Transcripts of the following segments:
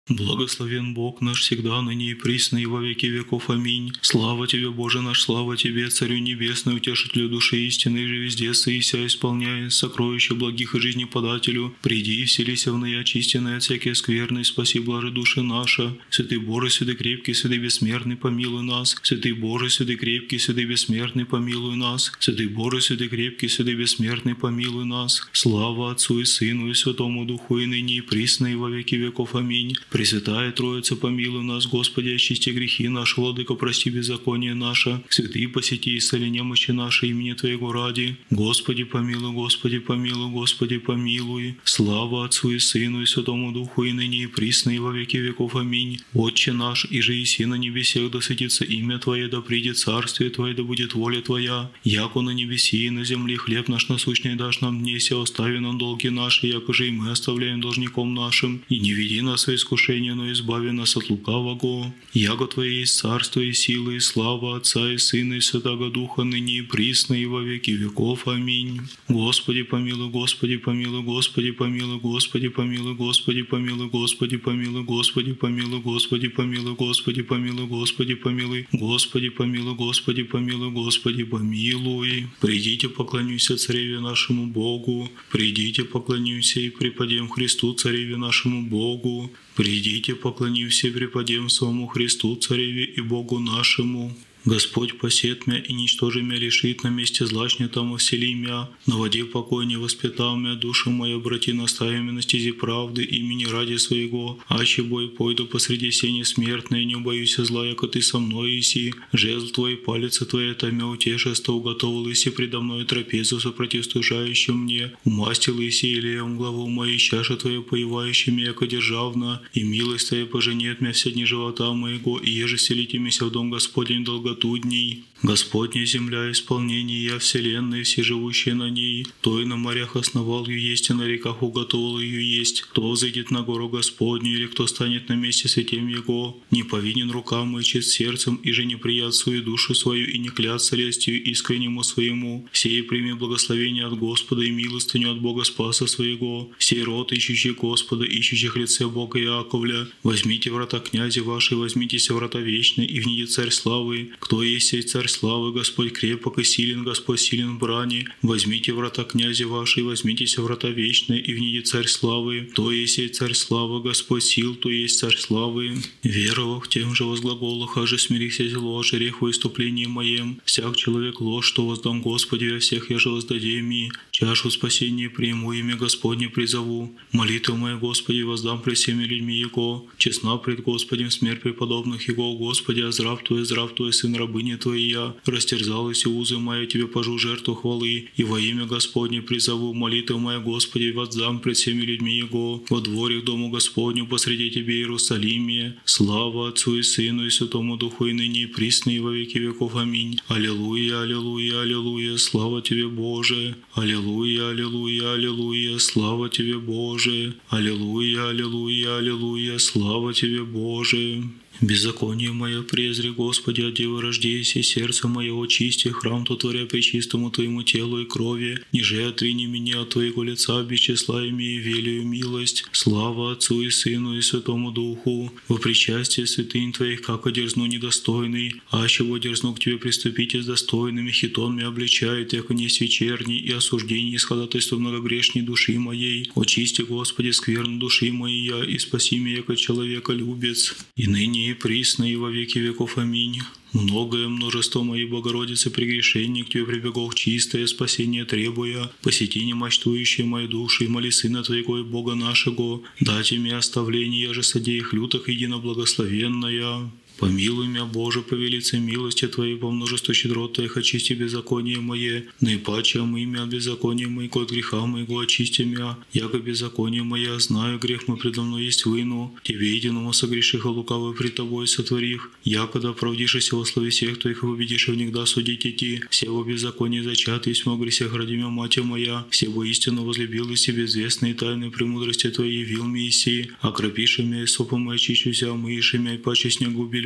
Благословен Бог наш всегда, ныне и присно, и во веки веков. Аминь. Слава Тебе, Боже наш, слава Тебе, Царю Небесный, Утешителю души истины, же везде сыися, исполняя сокровища благих и жизнеподателю. Приди и вселися в ныне очистенные от всякие скверны, спаси, блажи души наша. Святый Боже, святый крепкий, святый бессмертный, помилуй нас. Святый Боже, святый крепкий, святый бессмертный, помилуй нас. Святый Боже, святый крепкий, святый бессмертный, помилуй нас. Слава Отцу и Сыну и Святому Духу, и ныне и присно, и во веки веков. Аминь. Пресвятая Троица, помилуй нас, Господи, очисти грехи наши, Владыка, прости беззаконие наше, святые посети и исцели немощи наши имени Твоего ради. Господи, помилуй, Господи, помилуй, Господи, помилуй. Слава Отцу и Сыну и Святому Духу, и ныне и присно, и во веки веков. Аминь. Отче наш, иже еси на небесех, да светится имя Твое, да придет царствие Твое, да будет воля Твоя, яко на небеси и на земле хлеб наш насущный дашь нам днесь, и остави нам долги наши, яко же и мы оставляем должником нашим, и не веди нас во искушение, но избави нас от лукавого. Яко Твое есть царство и сила и слава Отца и Сына и Святаго Духа, ныне и присно, и во веки веков. Аминь. Господи помилуй, Господи помилуй, Господи помилуй, Господи помилуй, Господи помилуй, Господи помилуй, Господи помилуй, Господи помилуй, Господи помилуй, Господи помилуй, Господи помилуй, Господи помилуй, Господи помилуй. Придите, поклонимся Цареве нашему Богу, придите, поклонимся и преподем Христу Цареве нашему Богу. Придите, поклонимся и преподем самому Христу, Цареве и Богу нашему. Господь посет мя и ничтожи мя решит, на месте злачня там усели мя, на воде покой не воспитал мя, душу мою обрати наставим на стези правды, имени ради своего, аще бой пойду посреди сени смертной, не убоюсь зла, яко Ты со мной иси, жезл Твой, палец Твоя, томя утешество, уготовил иси предо мной трапезу сопротивстужающим мне, умастил иси илеем главу мою, чаша Твоя поевающим, яко державна, и милость Твоя поженет мя все дни живота моего, и еже селите мися в дом Господень долго дней. Господня земля, исполнение я вселенной, все живущие на ней, то и на морях основал ее есть, и на реках уготовил ее есть. Кто взойдет на гору Господню, или кто станет на месте святем Его, не повинен рукам и чист сердцем, и же не прият свою душу свою, и не клятся лестью искреннему своему. Сей прими благословение от Господа и милостыню от Бога Спаса своего. Сей род, ищущий Господа, ищущих лице Бога Иаковля. Возьмите врата князя ваши, возьмитесь врата вечные, и внидет царь славы. Кто есть сей царь славы, Господь крепок и силен, Господь силен в брани. Возьмите врата князя ваши, возьмитесь врата вечные, и внидет царь славы. То есть сей царь славы, Господь сил, то есть царь славы. Веровав тем же возглаголах, аже смирися зело, аже рех во иступлении моем. Всяк человек ложь, что воздам Господи, а всех я же воздадим ми. Чашу спасения приму, имя Господне призову. Молитву мою, Господи, воздам пред всеми людьми Его. Честна пред Господем смерть преподобных Его. Господи, а здрав Твой, сын рабыни Твоей я. Растерзалась и узы моя, Тебе пожу жертву хвалы. И во имя Господне призову. Молитву мою, Господи, воздам пред всеми людьми Его. Во дворе к дому Господню, посреди Тебе Иерусалиме. Слава Отцу и Сыну и Святому Духу, и ныне и присно, и во веки веков. Аминь. Аллилуйя, аллилуйя, аллилуйя, слава Тебе, Боже. Аллилуйя, аллилуйя, аллилуйя, слава Тебе, Боже. Аллилуйя, аллилуйя, аллилуйя, слава Тебе, Боже. Беззаконие мое презри, Господи, от девы рождейся, и сердце мое очисти, храм то творя пречистому Твоему телу и крови, ниже отрини меня от Твоего лица, без числа имея велию милость. Слава Отцу и Сыну и Святому Духу, во причастие святынь Твоих, как одерзну недостойный, а чего дерзну к Тебе приступить с достойными, хитон меня обличает, яко несть вечерний, и осуждение исходательства многогрешней души моей. Очисти, Господи, скверну души моей я, и спаси меня, яко человека любец, и ныне и присно, и во веки веков. Аминь. Многое множество моей Богородицы прегрешений к Тебе прибегов чистое спасение требуя, посети немощтующие мои души, и моли Сына Твоего и Бога нашего, дайте мне оставление, я же содеях лютых единоблагословенная. Помилуй меня, Боже, по велице милости Твоей, по множеству щедрот Твоих, очисти беззаконие мое, наипаче омый меня от беззакония моего, от греха моего очисти меня, яко беззаконие мое, знаю, грех мой предо мной есть выну, Тебе единому согреших, а лукавый пред Тобой сотворих, якода оправдишься во слове всех Твоих, и победишь и внегда судить идти, все во беззаконии зачат, есть во грехах ради меня, мать моя, все во истину возлюбил и себе известные тайны премудрости Твоей явил мне иси, окропишь меня и сопом и очищуся, омыешь меня и паче снегу белю,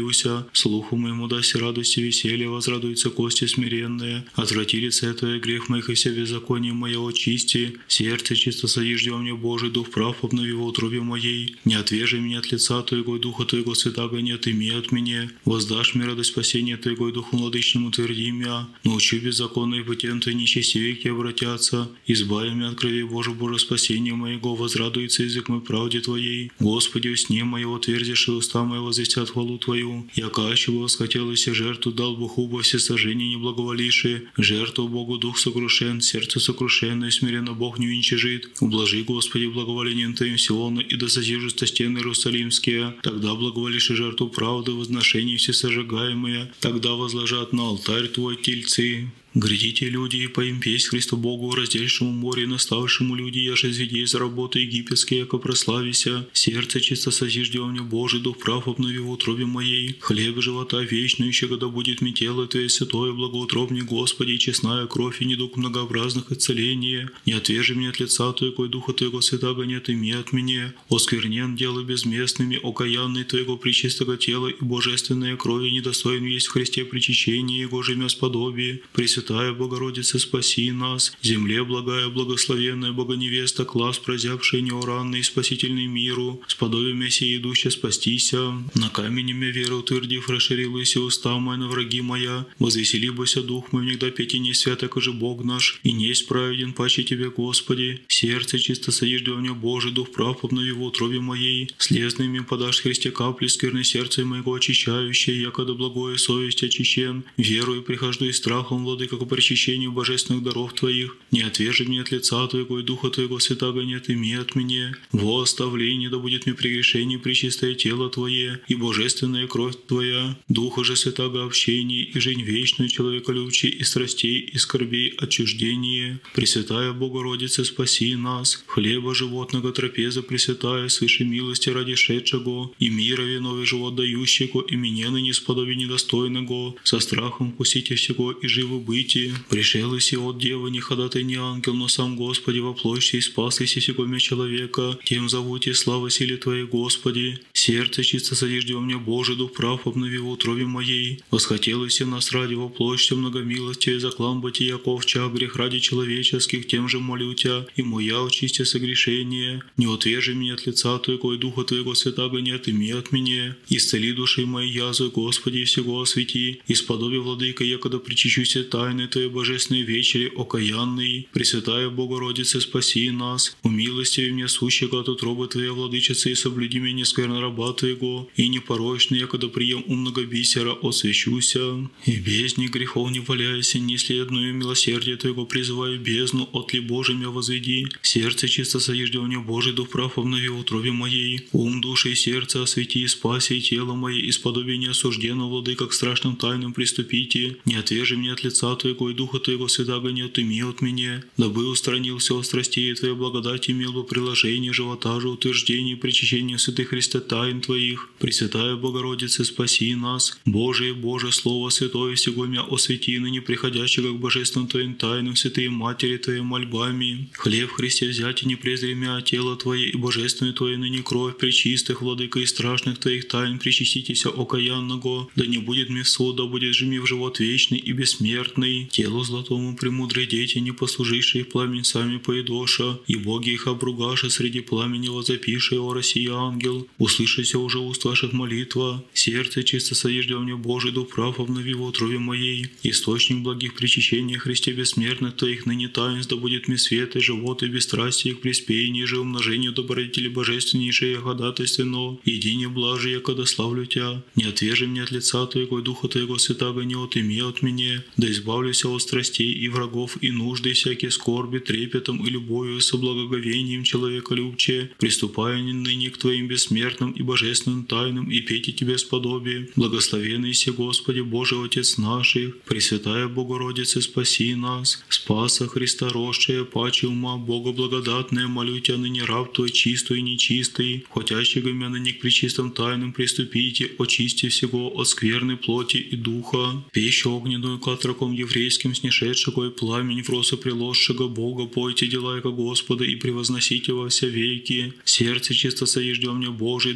молюся. Слуху моему даси радость и веселье, возрадуются кости смиренные. Отврати лице Твое грех моих и все беззаконие мое очисти. Сердце чисто содижди во мне, Божий Дух прав обнови во утробе моей. Не отвержи меня от лица Твоего, и Духа Твоего святаго не отыми от меня. Воздашь мне радость спасения Твоего, и Духу владычному тверди меня. Научи беззаконные путем Твои нечестивики обратятся. Избави меня от крови Боже спасения моего, возрадуется язык мой правде Твоей. Господи, усне моего твердишь, и уста мои возвестят хвалу Твою. Яко аще бы восхотелось жертву, дал Богу во все сожжения не благоволивши. Жертву Богу дух сокрушен, сердце сокрушенное, смиренно Бог не уничижит. Ублажи, Господи, благоволением Твоим Сиону, и да созижутся стены Иерусалимские. Тогда благоволишь и жертву правды, возношения все сожигаемые. Тогда возложат на алтарь Твой тельцы. Грядите, люди, и поим песнь Христу Богу, раздельшему море, наставшему люди, яже зведей за работы египетские, яко прославися. Сердце чисто созижди во мне, Божий Дух прав обнови в утробе моей. Хлеб живота вечный, еще когда будет мне тело Твое святое, благоутробни, Господи, и честная кровь, и недуг многообразных исцеления. Не отвержи меня от лица Твоего, и Духа Твоего святаго не отыми от меня. Осквернен дело безместными, окаянный Твоего пречистого тела, и божественная крови недостоин есть в Христе причащение Его же сподобие. Пресвятая Богородица, спаси нас. Земле благая, благословенная Богоневеста, класс прозявший неуранный, спасительный миру, сподобие сей идущая спастися. На камень имя веру утвердив, расширилась уста моя на враги моя. Возвесели бися дух мой, внегда пяти не святок же Бог наш, и несть праведен паче Тебе, Господи. Сердце чисто содижди во мне, Божий Дух прав обнови в утробе моей. Слезными подашь Христе капли скверны сердца моего очищающее, якода благое совесть очищен. Верую прихожду и страхом, Владыка, к причащению божественных даров Твоих. Не отвержи меня от лица Твоего, и Духа Твоего святаго не отыми от меня. Во оставление да будет мне прегрешение пречистое тело Твое, и божественная кровь Твоя. Духа же святаго общение, и жизнь вечную человеколюбче, и страстей, и скорбей отчуждение. Пресвятая Богородица, спаси нас. Хлеба животного трапеза пресвятая, свыше милости ради шедшего, и мира виновый живот дающего, и меня ныне сподоби недостойного, со страхом вкусите всего, и живо быть. Пришел и от Девы, не ходатай, не ангел, но сам Господи во плоти и спас и сего меня человека. Тем зовут и слава силе Твоей, Господи. Сердце чисто содижди во мне, Божий Дух прав обнови в утробе моей. Восхотелось и нас ради во плоти многомилостия, заклам бытия ковча, грех ради человеческих, тем же молю Тя, и моя очисти согрешение. Не отвержи меня от лица Твоего, и Духа Твоего святаго не отыми от меня. Исцели души мои язвы, Господи, и всего освети. И сподоби, Владыка, якогда причащуся тайны Твоей божественной вечери, окаянный. Пресвятая Богородица, спаси нас. Умилостиви мне сущего от утробы Твоей, Владычицы, и соблюди меня скверно раба Твоего, и непорочный, якогда прием умного бисера освящуся. И бездни грехов не валяйся, несли одную милосердие Твоего призываю бездну, отли Божий меня возведи. Сердце чисто содижди во мне, Божий Дух прав обнови в утробе моей. Ум, души и сердце освети, и спаси и тело мое, и сподоби неосужденного, Владыка, к страшным тайнам приступите. Не отвержи меня от лица Твоего, и Духа Твоего святаго не отыми от меня. Дабы устранился от страстей Твоей благодати, имел бы приложение живота же, утверждение и причащение святых Христа тайн Твоих. Пресвятая Богородица, спаси нас. Божие, Боже, Слово Святое всего меня освети, ныне приходящего к божественным Твоим тайнам, святые Матери Твоей мольбами. Хлеб Христе взять и не презри меня тело Твое, и божественную Твою ныне кровь пречистых, Владыка, и страшных Твоих тайн причаститеся окаянного. Да не будет мне суд, да будет же мне в живот вечный и бессмертный. Телу златому премудрые дети, не послужившие пламень сами поедоша, и боги их обругаша, среди пламени возопиши, о Россия ангел. Услышися уже уст ваших молитва. Сердце чисто содижди во мне, Божий Дух прав обнови в утробе моей. Источник благих причащений Христе бессмертных Твоих ныне таинств, да будет мне свет и живот и бесстрастие их приспеяние же умножению добродетели божественнейшее ходатайственно. Едине блажи, якогда славлю Тя. Не отвержи меня от лица Твоего, и Духа Твоего святаго не отыми от меня. Да избавлюся от страстей и врагов, и нужды, всякие скорби, трепетом и любовью, со благоговением человеколюбче, приступая ныне к Твоим бессмертным и божественным тайнам, и пейте Тебе сподобие. Благословенный си, Господи, Божий Отец наших, Пресвятая Богородица, спаси нас. Спаса Христа росшая, паче ума, Бога благодатная, молю Тя ныне раб Твой чистый и нечистый, хотящего меня ныне к пречистым тайнам приступите, очисти всего от скверной плоти и духа. Пищу огненную к отроком еврейским снишедшего, и пламень в росы приложшего Бога, пойте дела яко Господа, и превозносите во все веки. Сердце чисто содижди во мне, Божий Дух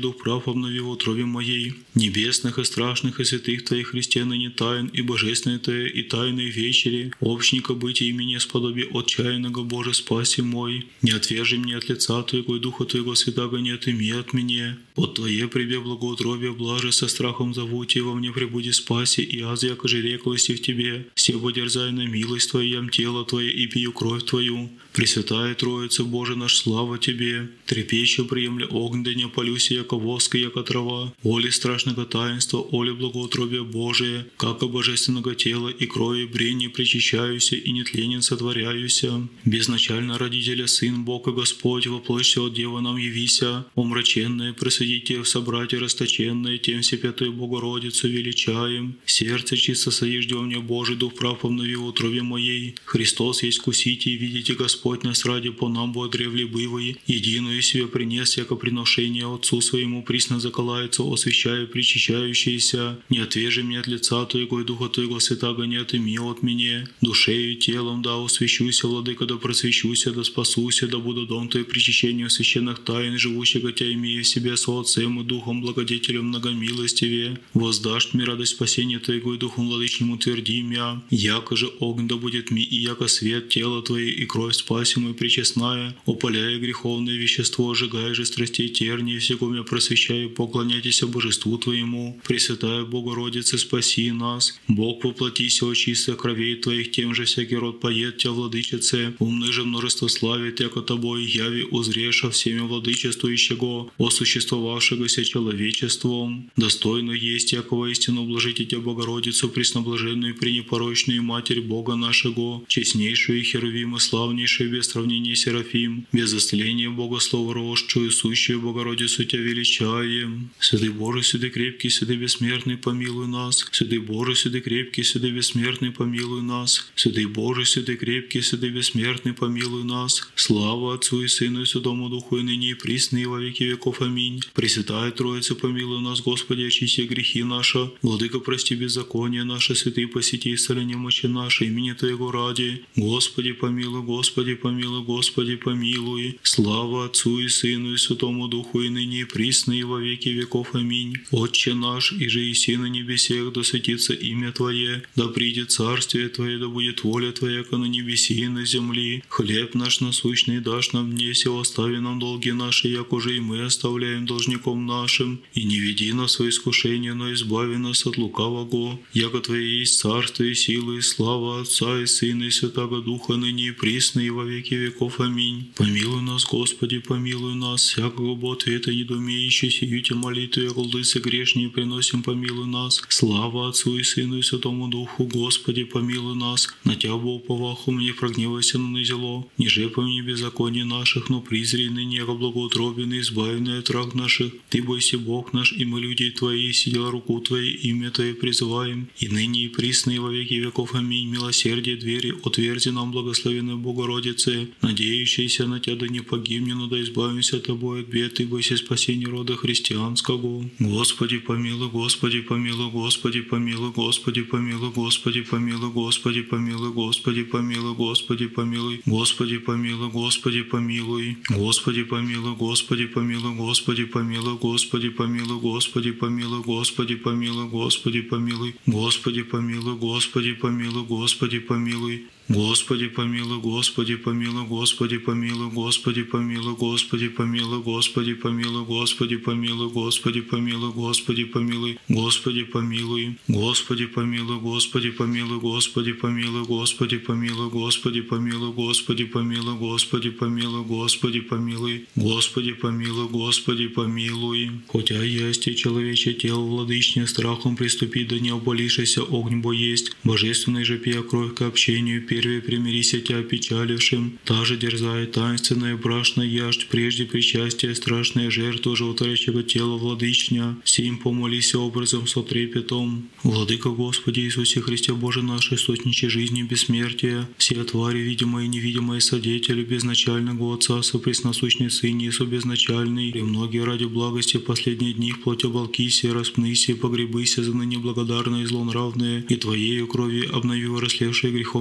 Дух прав обнови в утробе моей. Небесных и страшных и святых Твоих Христе ныне тайн, и божественной Твоей и тайной вечери, общника бытия имени сподоби отчаянного Боже спаси мой. Не отвержи мне от лица Твоего и Духа Твоего святаго не отыми от меня. Под Твое прибе благоутробие блаже, со страхом зову Тебя, во мне пребуди спаси, и аз, яко же реклости в Тебе. Себо дерзай на милость Твою, ям тело Твое и пью кровь Твою. Пресвятая Троица, Боже наш, слава Тебе. Трепещу приемля огонь, да не опалюся, яко воска, яко трава. Оли страшного таинства, оли благоутробия Божие, как божественного тела и крови брени причащаюся и нетленен сотворяюся. Безначально родителя Сын Бог и Господь, воплощся от Дева нам явися, омраченное просветите в собратья расточенное, тем Всепятую Богородицу величаем. Сердце чисто соеждем мне, Божий Дух прав обнови в утробе моей. Христос есть кусите и видите, Господь нас ради по нам бо древле бывой, единую себе принес, яко приношение Отцу Своему присно заколается, освящая причащающиеся. Не отвержи мне от лица Твоего и Духа Твоего святаго не отыми от меня. Душею и телом да освящуся, Владыка, да просвещуся, да спасуся, да буду дом Твой причащению священных тайн, живущего Тебя имея в себе со Отцем и Духом Благодетелем многомилостивее. Воздашь мне радость спасения Твоего и Духом Владычнему тверди мя. Яко же огонь да будет ми, и яко свет тела Твоей и кровь спасимая причестная, опаляя греховное вещество, сжигая же страстей тернии, всего меня просвещая, поклоняйтесь Божеству Твоему. Пресвятая Богородица, спаси нас. Бог воплотися о чистых кровей Твоих, тем же всякий род поет Тебя, Владычице. Умны же множество славит, яко Тобой яви узреша всеми владычествующего, осуществовавшегося человечеством. Достойно есть, яко воистину блажите Тебя, Богородицу, пресноблаженную и пренепорочную Матерь Бога нашего, честнейшую и херувим, славнейшую без сравнения Серафим, без застления Бога Слова росшую, сущую Богородицу Тебя величаем. Святый Боже, святый крепкий, святый бессмертный, помилуй нас. Святый Боже, святый крепкий, святый бессмертный, помилуй нас. Святый Боже, святый крепкий, святый бессмертный, помилуй нас. Слава Отцу и Сыну и Святому Духу, и ныне и присно и во веки веков. Аминь. Пресвятая Троица, помилуй нас, Господи, очисти грехи наши. Владыка, прости беззаконие наше, святый посети исцели немощи наши, имени Твоего ради. Господи, помилуй, Господи, помилуй, Господи, помилуй. Слава Отцу и Сыну и Святому Духу, и ныне и присно и во веки веков. Аминь. Отче наш, и же еси на небесех, да светится имя Твое, да придет царствие Твое, да будет воля Твоя, как на небеси и на земли. Хлеб наш насущный дашь нам днесь, и остави нам долги наши, як уже и мы оставляем должником нашим. И не веди нас во искушение, но избави нас от лукавого. Яко Твое есть царство и сила и слава Отца и Сына и Святаго Духа, ныне и присно и во веки веков. Аминь. Помилуй нас, Господи, помилуй нас, всякого бо ответа недоумеющий, сию Те молитву, яко лдыцы грешние приносим, помилуй нас. Слава Отцу и Сыну и Святому Духу, Господи, помилуй нас. На Тебя, Бог, поваху мне, прогневайся на назело. Не жепай мне беззаконий наших, но призри ныне, яко благоутробенный, избавленный от враг наших. Ты бойся, Бог наш, и мы, людей Твои, сидел руку Твоей, имя Твое призываем. И ныне и присно и во веки веков. Аминь. Милосердие двери, отверзи нам, благословенной Богородице, надеющийся на Тебя, да не погибнем, но да избавимся от Тобой от бед, и бойся спасения рода христианского. Господи, помилуй, Господи, помилуй, Господи, помилуй, Господи, помилуй, Господи, помилуй, Господи, помилуй, Господи, помилуй, Господи, помилуй, Господи, помилуй, Господи, помилуй, Господи, помилуй, Господи, помилуй, Господи, помилуй, Господи, помилуй, Господи, помилуй, Господи, помилуй, Господи, помилуй, Господи, помилуй, Господи, помилуй, Господи, помилуй. Господи, помилуй, Господи, помилуй, Господи, помилуй, Господи, помилуй, Господи, помилуй, Господи, помилуй, Господи, помилуй, Господи, помилуй, Господи, помилуй, Господи, помилуй, Господи, помилуй, Господи, помилуй, Господи, помилуй, Господи, помилуй, Господи, помилуй, Господи, помилуй, Господи, помилуй, Господи, помилуй, Господи, помилуй, Господи, помилуй. Хотя есть и человече тело владычнее, страхом приступи, да не оболившийся огонь бо есть, божественный же пия кровь к общению, первее примирися Тебя опечалившим, та же дерзая таинственная брашная яждь, прежде причастия страшная жертва животворящего тела владычня, сим помолися образом со трепетом. Владыка Господи Иисусе Христе Боже наш, источниче жизни и бессмертия, все твари, видимые и невидимые, содетели безначального Отца, сопресносущный Сын Иисус безначальный, и многие ради благости последние дни в плоти оболкися, распнися, погребыся за ныне благодарные и злонравные, и Твоею крови обнови расслевшее грехом естество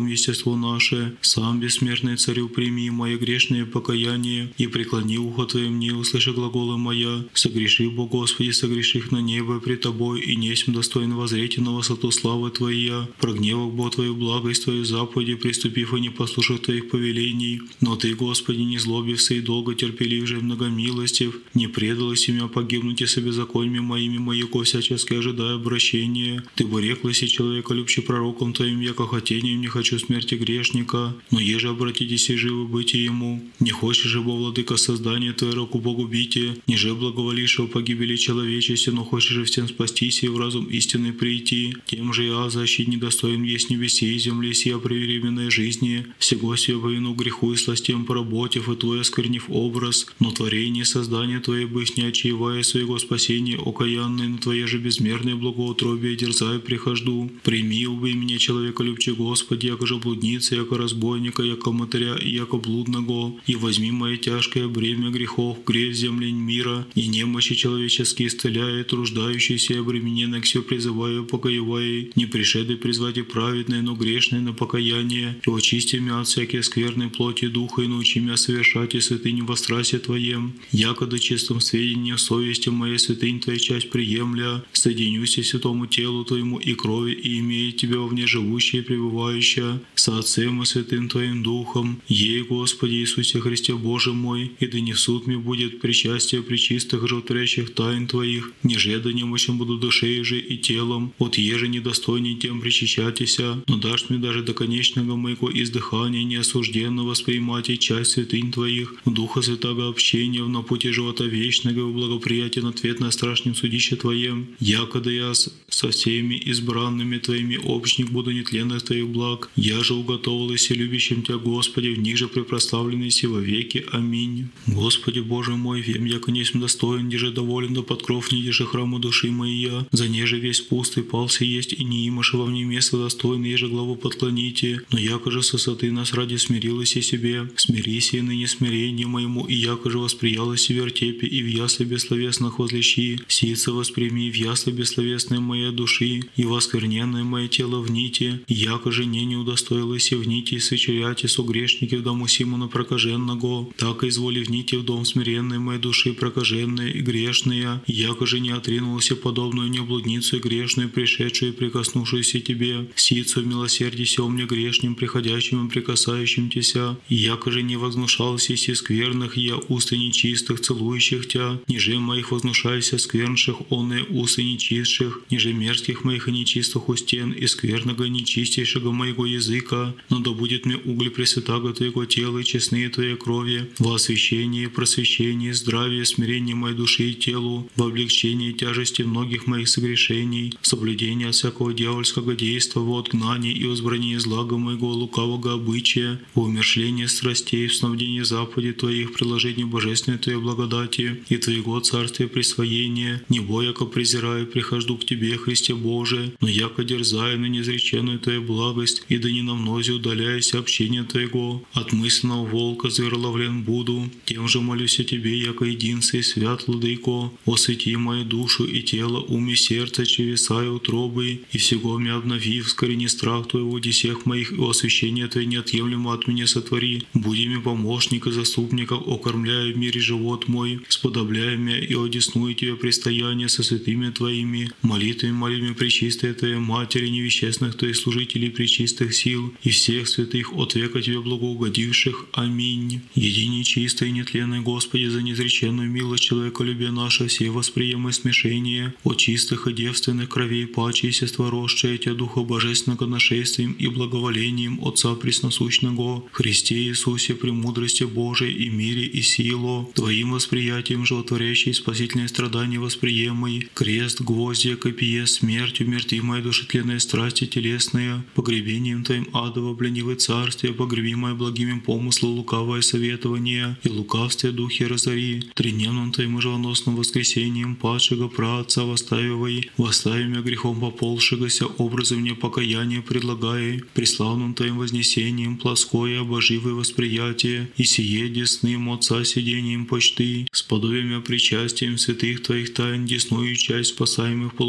торжество наше. Сам бессмертный Царю прими мое грешное покаяние и преклони ухо Твое мне, услыши глаголы моя. Согреши, Бо Господи, согреших на небо пред Тобой, и несмь достоин воззреть на высоту славы Твоя. Прогневав, Бо Твою благость, Твою заповеди, приступив и не послушав Твоих повелений. Но Ты, Господи, не злобився и долго терпелив же многомилостив, не предалась меня погибнуть и со беззакониями моими, моего всячески ожидая обращения. Ты бы реклась и человека любче пророком Твоим, яко хотением не хочу смерти грешника, но еже обратитесь и живы быти ему. Не хочешь же, Бо Владыка, создание Твое руку погубите, ниже благоволившего погибели человечести, но хочешь же всем спастись и в разум истины прийти. Тем же я защит недостоин есть небеси и земли сия превременной жизни, всего себе по вину греху и сластям поработив, и Твой осквернив образ, но творение и создание Твое бысь не отчаивая своего спасения, окаянный, на Твое же безмерное благоутробие дерзаю прихожду. Прими, убей меня, человеколюбче Господи, яко же блудница, яко разбойника, яко мотыря и яко блудного, и возьми мое тяжкое бремя грехов, грех земли мира, и немощи человеческие исцеляя, труждающиеся и обремененные к все призываю, покоевая, не пришеды призвать и праведное, но грешное на покаяние, и очисти меня от всякой скверной плоти духа, и научи меня совершать и святынь во страсе Твоем, якода чистом сведении совести моей святынь Твоя часть приемля, соединюсь и святому телу Твоему и крови, и имея Тебя вовне живущее и пребывающее, со Отцем и Святым Твоим Духом, ей, Господи Иисусе Христе Боже мой, и да не в суд мне будет причастие пречистых и животворящих тайн Твоих, ниже да немощен буду душей же и телом, от еже недостойней тем причащатися, но дашь мне даже до конечного моего издыхания неосужденно воспринимать и часть святынь Твоих, Духа Святого общения на пути живота вечного и благоприятия на ответ на страшном судище Твоем, якода я со всеми избранными Твоими общник буду нетленных Твоих благ, я же уготовилась и любящим Тебя, Господи, в них же препроставленный во веки. Аминь. Господи Боже мой, вем, яко несмь достоин, деже доволен до подкров, не деже храму души моя, за неже весь пустый пался есть, и не имаше во мне место достойно, еже главу подклоните, но яко же со соты нас ради смирилась и себе, смирись и ныне смирение моему, и яко же восприялась и вертепе, и в ясле бессловесных возлещи, сица восприми в ясле бессловесной моей души, и воскверненное мое тело в нити, яко же не удостоилась и в нити, и сочеряти со грешники в дому Симона прокаженного, так и изволи в нити в дом смиренной моей души прокаженные и грешные, яко же не отринулась подобную неблудницу и грешную, пришедшую и прикоснувшуюся Тебе, сицу милосердися о мне грешным, приходящим и прикасающим Теся, и яко же не вознушался и скверных, я уста нечистых, целующих Тя, ниже моих вознушайся сквернших, оные усы нечистших, ниже мерзких моих и нечистых устен, и скверного нечистейшего моего языка, но да будет мне уголь пресвятаго Твоего тела и честные Твоей крови, во освящении, просвещении, здравии, смирении моей души и телу, во облегчении тяжести многих моих согрешений, соблюдение от всякого дьявольского действа, во отгнании и возбранении злага моего лукавого обычая, во умершлении страстей, в снабдении заповедей Твоих, приложении божественной Твоей благодати и Твоего царствия присвоения, не яко презираю, прихожду к Тебе, Христе Боже, но яко дерзаю на неизреченную Твою благость, и да не на мнозе удаляясь общения Твоего, от мысленного волка звероловлен буду, тем же молюсь о Тебе, яко единце и свят, Владыко, освети мою душу и тело, ум и сердце, чревеса и утробы, и всего меня обновив, скорени страх Твоего десех моих, и освящение Твое неотъемлемо от меня сотвори, буди мне помощник и заступник, окормляя в мире живот мой, сподобляя меня и одесную Тебе предстояние со святыми Твоими, молитвами молими пречистой Твоей Матери, невещестных Твоих служителей пречистых сил, и всех святых от века Тебе благоугодивших. Аминь. Едине чистой и нетленной Господи, за неизреченную милость человеколюбия наше, все восприемы смешение, от чистых и девственных кровей паче и сестворожшее Тя Духа Божественного нашествием и благоволением Отца Пресносущного, Христе Иисусе, премудрости Божией и мире и силу, Твоим восприятием животворящей спасительные страдания восприемый, крест, гвозди, копье, смерть, умертвимая душетленные страсти телесные, погребением Твоим адово бленивое царствие, погребимое благими помыслу лукавое советование, и лукавствие духе разори, тридневным Твоим живоносным воскресением падшего праотца восставивай, восставимя грехом пополшегося, образом мне покаяние предлагай, преславным Твоим вознесением, плоское, обоживое восприятие, и сие десным Отца сидением почты, с подобием причастием святых Твоих тайн, десную часть спасаемых получите,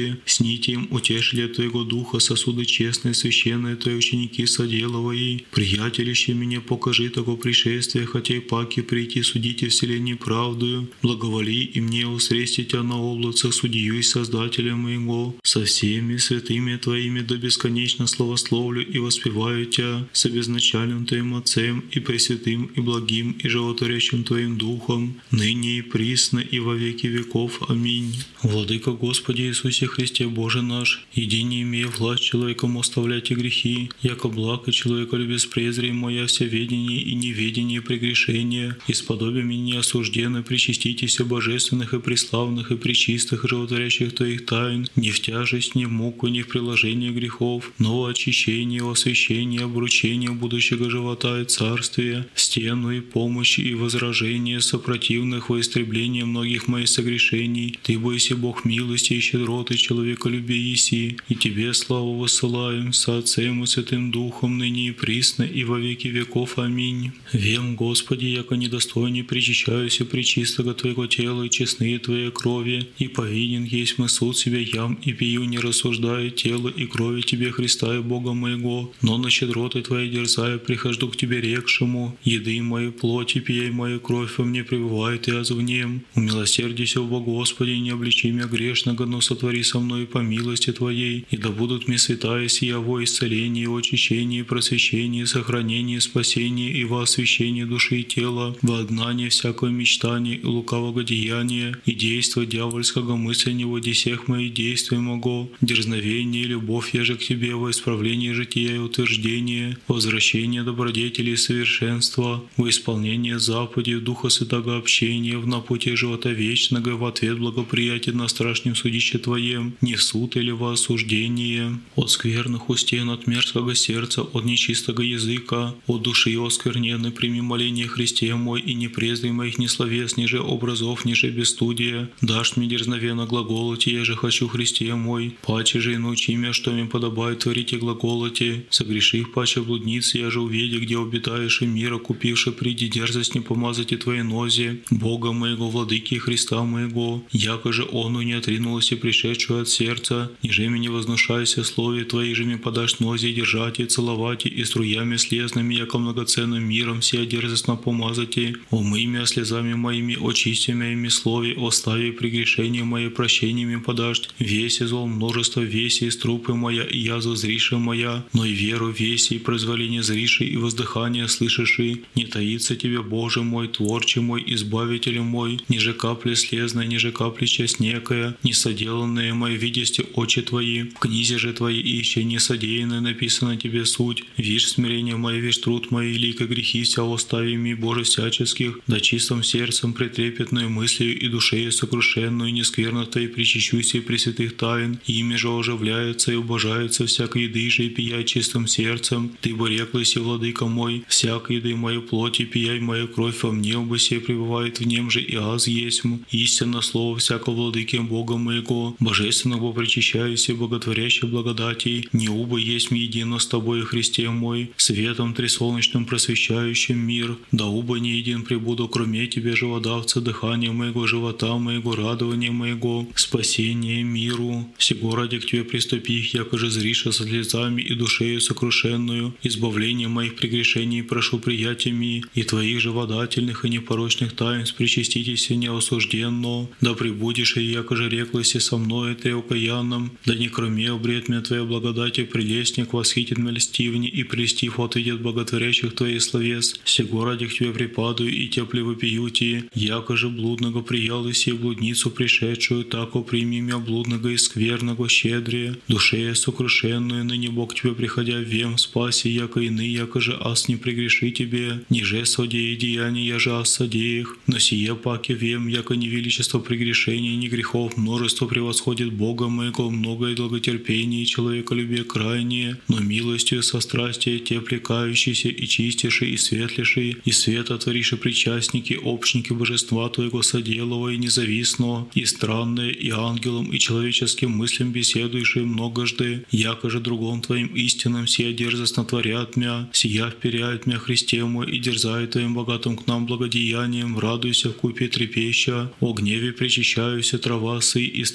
Господи, с нитием утешили Твоего Духа сосуды честные, священные Твои ученики соделывай. Приятелище меня покажи того пришествия, хотя и паки прийти судите вселенной правдою. Благоволи и мне усрести Тебя на облацах, судью и Создателя моего. Со всеми святыми Твоими до бесконечно славословлю и воспеваю Тебя, с обезначальным Твоим Отцем и пресвятым и благим и животворящим Твоим Духом, ныне и присно и во веки веков. Аминь. Владыка Господи Иисусе Христе Боже наш, иди не имея власть человеком оставлять и грехи, яко благ и человеколюбие с презрением моя всеведение и неведение прегрешения, исподобие меня осужденно причаститесь божественных и преславных и пречистых и животворящих Твоих тайн, не в тяжесть, не в муку, не в приложение грехов, но очищение, освящение, обручение будущего живота и царствия, стену и помощи и возражение сопротивных во истребление многих моих согрешений. Ты бойся Бог милости и щедроты, человеколюбие еси, и Тебе славу высылаем со Отцем и Святым Духом, ныне и присно и во веки веков. Аминь. Вем, Господи, яко недостойней причащаюсь и пречистого Твоего тела и честные Твоей крови, и повинен есть мы суд себя ям и пью, не рассуждая тело и крови Тебе, Христа и Бога моего, но на щедроты Твоей дерзая прихожду к Тебе рекшему, еды моей плоти, пей мою кровь во мне пребывает и аз в нем. Умилосердися, о Господи, не обличи меня грешного, но сотвори со мной по милости Твоей, и да будут мне святая сия во исцеление, очищение, просвещение, сохранение, спасение и во освящение души и тела, во отгнание всякого мечтания и лукавого деяния, и действа дьявольского мысленного десех моих действий мого, дерзновение и любовь я же к Тебе во исправление жития и утверждение, возвращение добродетели и совершенства, во исполнение заповедей Духа Святого общения, в напутие живота вечного, в ответ благоприятия на страшном судище Твоем, не в суд или во осуждение, от скверных устен, от мерзкого сердца, от нечистого языка, от души оскверненной, прими моление Христе мой, и не презри моих ни словес, ниже образов, ниже бесстудия, дашь мне дерзновенно глаголоти, я же хочу Христе мой, паче же и научи меня, что мне подобает творить и глаголоти, согрешив паче блудниц, я же уведи, где обитаешь и мира, купивши приди дерзость не помазать и Твоей нозе, Бога моего, владыки Христа моего, яко же оно не отринулось и пришедшую от сердца, ниже меня вознушайся слове Твои же мне подашь нозе и держать и целовать и струями слезными, яко многоценным миром сия дерзостно помазать и умы меня слезами моими, очисти меня ими слове, остави прегрешение мое прощениями подашь, весь и зол множество, весь и струпы моя, и язва зриша моя, но и веру весь и произволение зриши и воздыхание слышиши, не таится Тебе, Боже мой, Творче мой, Избавитель мой, ниже капли слезной, ниже капли часть некая, не соделанные мои видести очи Твои, в книзе же Твоей еще не содеянное написано Тебе суть, вишь смирение мое, вишь труд мой, лика грехи вся остави ми, Боже всяческих, да чистым сердцем претрепетную мыслью и душею сокрушенную, не скверно Твоей причащусь и пресвятых тайн, ими же оживляется и обожается всяк еды же и пияй чистым сердцем, Ты бы реклась и владыка мой, всяк еды мою плоть и пияй мою кровь во мне, оба сей пребывает в нем же и аз есмь, истинно слово всякого владыки Бога моего, божественного причащаюсь и боготворящей благодати, не уба есть едино с Тобой, Христе мой, светом трисолнечным просвещающим мир, да уба не един пребуду, кроме Тебе, живодавца, дыхания моего живота, моего радования моего, спасения миру, сего ради к Тебе приступих, яко же зриша со слезами и душею сокрушенную, избавление моих прегрешений прошу приятиями, и Твоих живодательных и непорочных таинств причаститесь неосужденно, да пребудешь и яко же реклась и со мной Ты окаянным, да не кроме обрет мне Твоя благодати, прелестник восхитит меня льстивни и престив отведет боготворящих Твоих словес, сего ради к Тебе припадаю и тепле вопиюти, яко же блудного приял и сей блудницу пришедшую, тако прими меня блудного и скверного щедрее, душе сокрушенную, ныне Бог Тебе приходя вем спаси, яко иные, яко же аз не прегреши Тебе, ниже содеи деяния, я же аз содеях, но сие паки вем, яко не величество прегрешений, ни грехов множество превосходит Бога моего, многое долготерпение и человеколюбие крайнее, но милостью со страстью те плекающиеся и чистейшие и светлейшие, и света твориши причастники, общники божества Твоего соделого и независного, и странное, и ангелом, и человеческим мыслям беседующие многожды, яко же другом Твоим истинным сия дерзостно творят мя, сия вперяет мя Христе мой, и дерзает Твоим богатым к нам благодеянием, радуйся в купе трепеща, о гневе причащаюся трава сы, и странных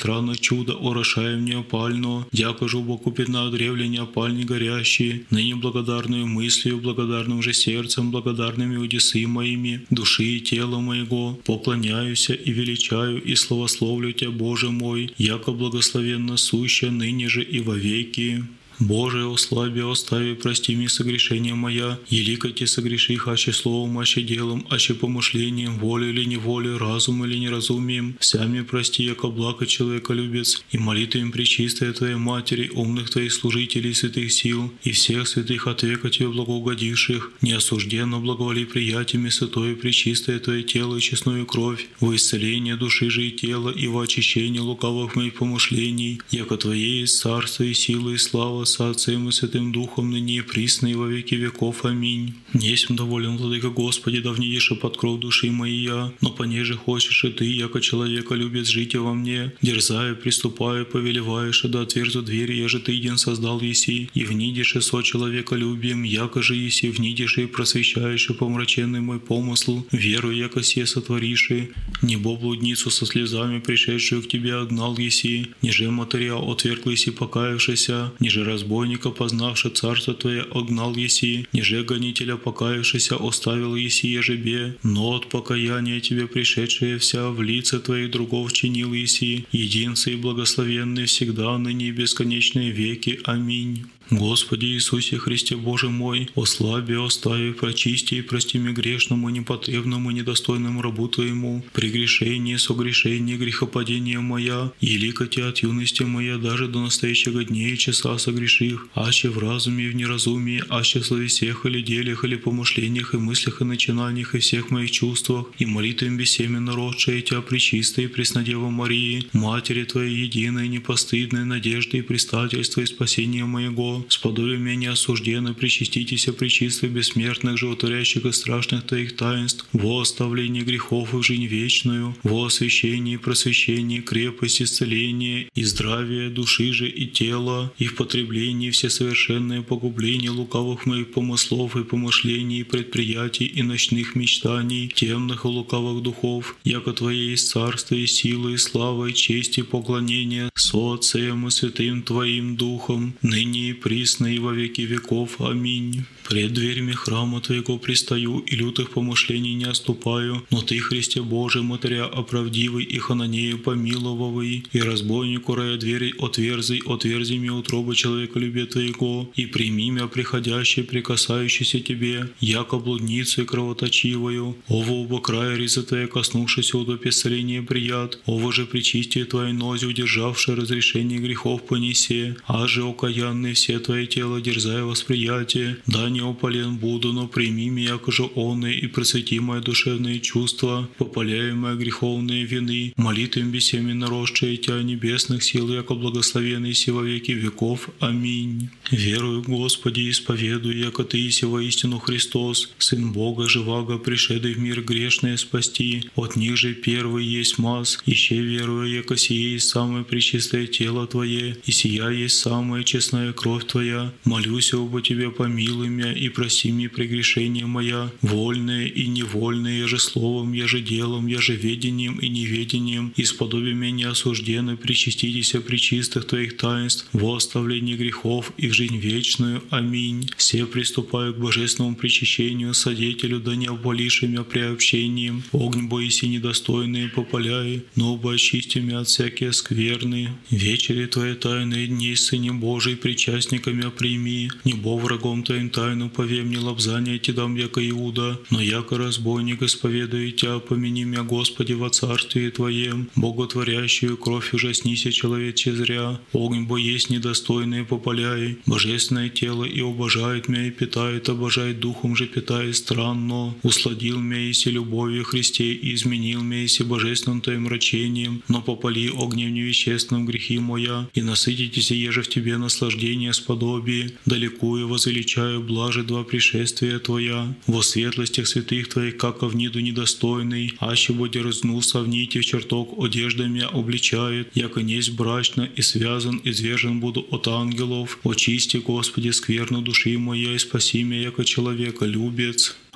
чудо орошаем неопально, яко же убокупит древле неопальни горящие, ныне благодарную мыслью, благодарным же сердцем, благодарными удесы моими, души и тела моего, поклоняюся и величаю и славословлю Тебя, Боже мой, яко благословенно суще ныне же и вовеки. Боже, ослаби, остави, прости мне согрешения моя, елико те согреших, аще словом, аще делом, аще помышлением, волей или неволей, разумом или неразумием, сами прости, яко благо человеколюбец, и молитвами пречистой Твоей Матери, умных Твоих служителей, святых сил, и всех святых от века Тебе благоугодивших, неосужденно благоволи приятиями святое пречистое Твое тело и честную кровь, во исцеление души же и тела, и во очищение лукавых моих помышлений, яко Твое есть царство и сила и слава, со Отцем и Святым Духом, ныне и присно и во веки веков. Аминь. Несмь доволен, Владыка Господи, да внидишь под кров души моей я, но понеже хочешь и Ты, яко человека любец, жить во мне, дерзая, приступая, повелеваешь, да отверзу двери, я же Ты един создал еси, и внидишь и со человека любием, яко же еси внидишь и просвещаешь и помраченный мой помысл, веру, яко се сотвориши, небо блудницу со слезами, пришедшую к Тебе, огнал еси, ниже матеря отверг еси покаявшийся, ниже разбойника, познавши царство Твое, огнал еси, ниже гонителя, покаявшийся, оставил еси ежебе, но от покаяния Тебе пришедшие вся в лице Твоих другов чинил еси, единцы и благословенный всегда, ныне и бесконечные веки. Аминь. Господи Иисусе Христе Боже мой, ослаби, остави, прочисти и прости мне грешному, непотребному, недостойному рабу Твоему, прегрешение, согрешение, грехопадение моя, елико Тебя от юности моя, даже до настоящего дня и часа согреших, аще в разуме и в неразумии, аще в словесех или делях, или помышлениях и мыслях и начинаниях и всех моих чувствах, и молитвами бессеменно родшая Тебя, пречистой и преснодева Марии, Матери Твоей единой, непостыдной надежды и предстательства и спасения моего, сподоби меня осужденно, причаститеся пречистых бессмертных, животворящих и страшных Твоих таинств, во оставлении грехов и в жизнь вечную, во освящении и просвещении, крепость, исцеление и здравие души же и тела, и в потреблении всесовершенное погубление лукавых моих помыслов и помышлений, и предприятий и ночных мечтаний, темных и лукавых духов, яко Твое есть царство и сила и слава и честь и поклонение со Отцем и Святым Твоим Духом, ныне и присно и во веки веков. Аминь. Пред дверями храма Твоего пристаю и лютых помышлений не оступаю, но Ты, Христе Божий, Матеря оправдивый и Хананею помиловавый, и разбойнику рая двери отверзи мне утробы человеколюбия Твоего, и прими меня приходящее, прикасающееся Тебе, яко блудницу и кровоточивую, ово оба края риза Твоя коснувшись до писаления прият, ово же причистие Твоей нози удержавшее разрешение грехов понесе, а же окаянный все Твое тело дерзая восприятие, да не опален буду, но прими меня, яко же онные, и просвети мои душевные чувства, попаляемые греховные вины, молитвами бессеменно росшие Тебя небесных сил, яко благословенный си во веки веков. Аминь. Верую, Господи, исповедую, яко Ты иси воистину Христос, Сын Бога живаго, пришедший в мир грешное спасти, от них же первый есть маз, еще верую, яко сие есть самое пречистое тело Твое, и сия есть самая честная кровь Твоя, молюсь об Тебе, помилуй меня и прости мне прегрешения моя, вольные и невольные, я же словом, я же делом, я же ведением и неведением, и сподоби меня осужденной, причаститеся пречистых Твоих таинств, во оставлении грехов и в жизнь вечную. Аминь. Все приступаю к божественному причащению, содетелю, да не обвалишь меня приобщением, огонь боиси недостойные попаляй, но оба очисти меня от всякие скверны. Вечери Твои тайные дни, Сыне Божий, причастниками прими, небо врагом Твоим тайну пове мне лобзание Ти дам, яко Иуда, но яко разбойник исповедую Тебя, помяни меня, Господи, во царстве Твоем, боготворящую кровь ужаснися человече зря, огонь бо есть недостойные попаляй, божественное тело и обожает меня и питает, обожает духом же питает странно, усладил меня иси любовью Христе и изменил меня иси божественным Твоим мрачением, но попали огнем невещественным грехи моя, и насытитесь еже в Тебе наслаждение сподобие, далекую возвеличаю блаже два пришествия Твоя, во светлостях святых Твоих, как в ниду недостойный, аще бо дерзну сравните в чертог одеждами обличает, яко несть брачно и связан, извержен буду от ангелов, очисти, Господи, скверну души моя, и спаси меня, яко человека любец.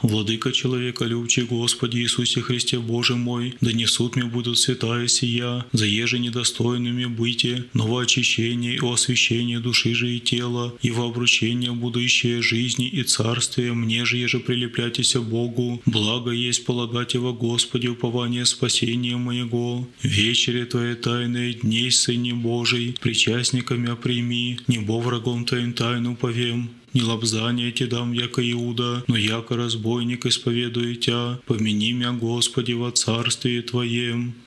Владыка человека любчий, Господи Иисусе Христе Боже мой, да несут мне будут святая сия, заеже недостойными быти, новое очищение и освящение души же и тела, и во обручение будущее жизни и царствия, мне же еже прилепляйтеся Богу, благо есть полагать его Господи, упование спасения моего. Вечере Твоей тайной дней, Сыне Божий, причастниками прими, небо врагом Твоим тайну повем. Не лобзание те дам, яко Иуда, но яко разбойник исповедую Тя, помяни мя, Господи, во царствии Твоем.